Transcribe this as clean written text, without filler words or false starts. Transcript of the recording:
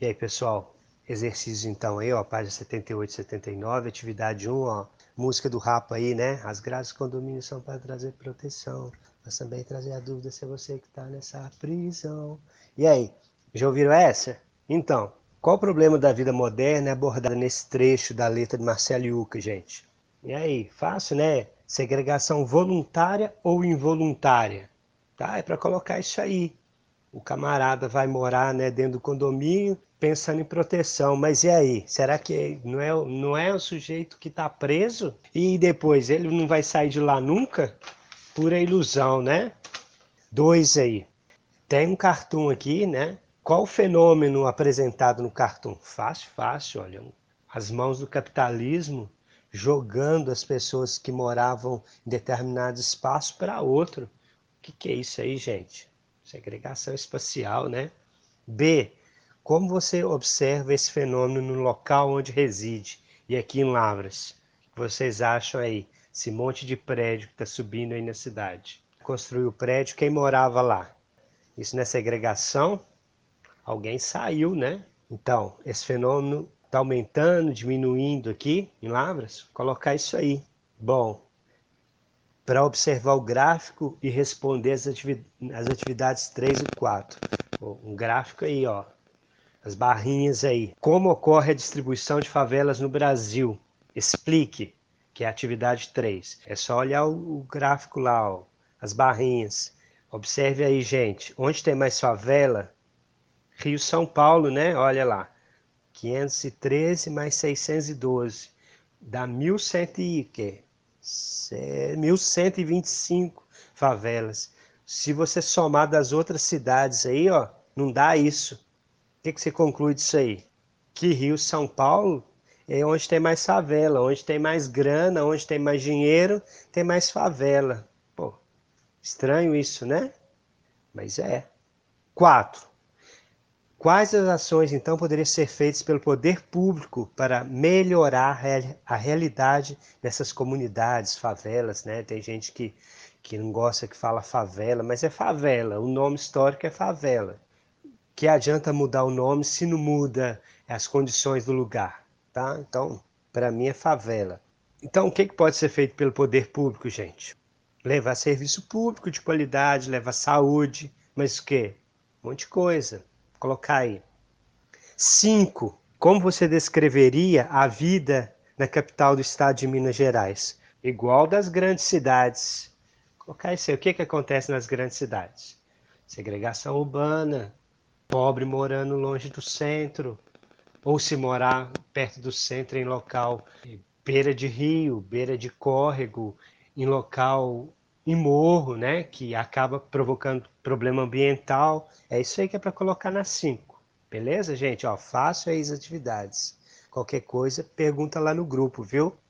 E aí, pessoal, exercício então aí, ó, página 78 e 79, atividade 1, ó, música do Rapa aí, né? As grades do condomínio são para trazer proteção, mas também trazer a dúvida se é você que tá nessa prisão. E aí, já ouviram essa? Então, qual o problema da vida moderna é abordado nesse trecho da letra de Marcelo Yuca, gente? E aí, fácil, né? Segregação voluntária ou involuntária? Tá? É para colocar isso aí. O camarada vai morar, né, dentro do condomínio pensando em proteção, mas e aí? Será que não é o sujeito que está preso? E depois ele não vai sair de lá nunca? Pura ilusão, né? Dois aí. Tem um cartoon aqui, né? Qual o fenômeno apresentado no cartoon? Fácil, fácil, olha. As mãos do capitalismo jogando as pessoas que moravam em determinado espaço para outro. O que é isso aí, gente? Segregação espacial, né? B. Como você observa esse fenômeno no local onde reside? E aqui em Lavras, o que vocês acham aí? Esse monte de prédio que está subindo aí na cidade. Construiu o prédio, quem morava lá? Isso não é segregação? Alguém saiu, né? Então, esse fenômeno está aumentando, diminuindo aqui em Lavras? Vou colocar isso aí. Bom, para observar o gráfico e responder as atividades 3 e 4. Um gráfico aí, ó. As barrinhas aí. Como ocorre a distribuição de favelas no Brasil? Explique, que é a atividade 3. É só olhar o gráfico lá, ó. As barrinhas. Observe aí, gente. Onde tem mais favela? Rio São Paulo, né? Olha lá. 513 mais 612. Dá 1.125 favelas. Se você somar das outras cidades aí, ó, não dá isso. O que você conclui disso aí? Que Rio, São Paulo é onde tem mais favela, onde tem mais grana, onde tem mais dinheiro, tem mais favela. Pô, estranho isso, né? Mas é. 4. Quais as ações, então, poderiam ser feitas pelo poder público para melhorar a realidade dessas comunidades, favelas, né? Tem gente que não gosta que fala favela, mas é favela, o nome histórico é favela. Que adianta mudar o nome se não muda as condições do lugar, tá? Então, para mim é favela. Então, o que pode ser feito pelo poder público, gente? Levar serviço público de qualidade, levar saúde, mas o quê? Um monte de coisa. Vou colocar aí. 5. Como você descreveria a vida na capital do estado de Minas Gerais? Igual das grandes cidades. Vou colocar isso aí. O que acontece nas grandes cidades? Segregação urbana, pobre morando longe do centro, ou se morar perto do centro em local beira de rio, beira de córrego, em local em morro, né, que acaba provocando problema ambiental. É isso aí que é para colocar na 5. Beleza, gente? Ó, faço aí as atividades. Qualquer coisa, pergunta lá no grupo, viu?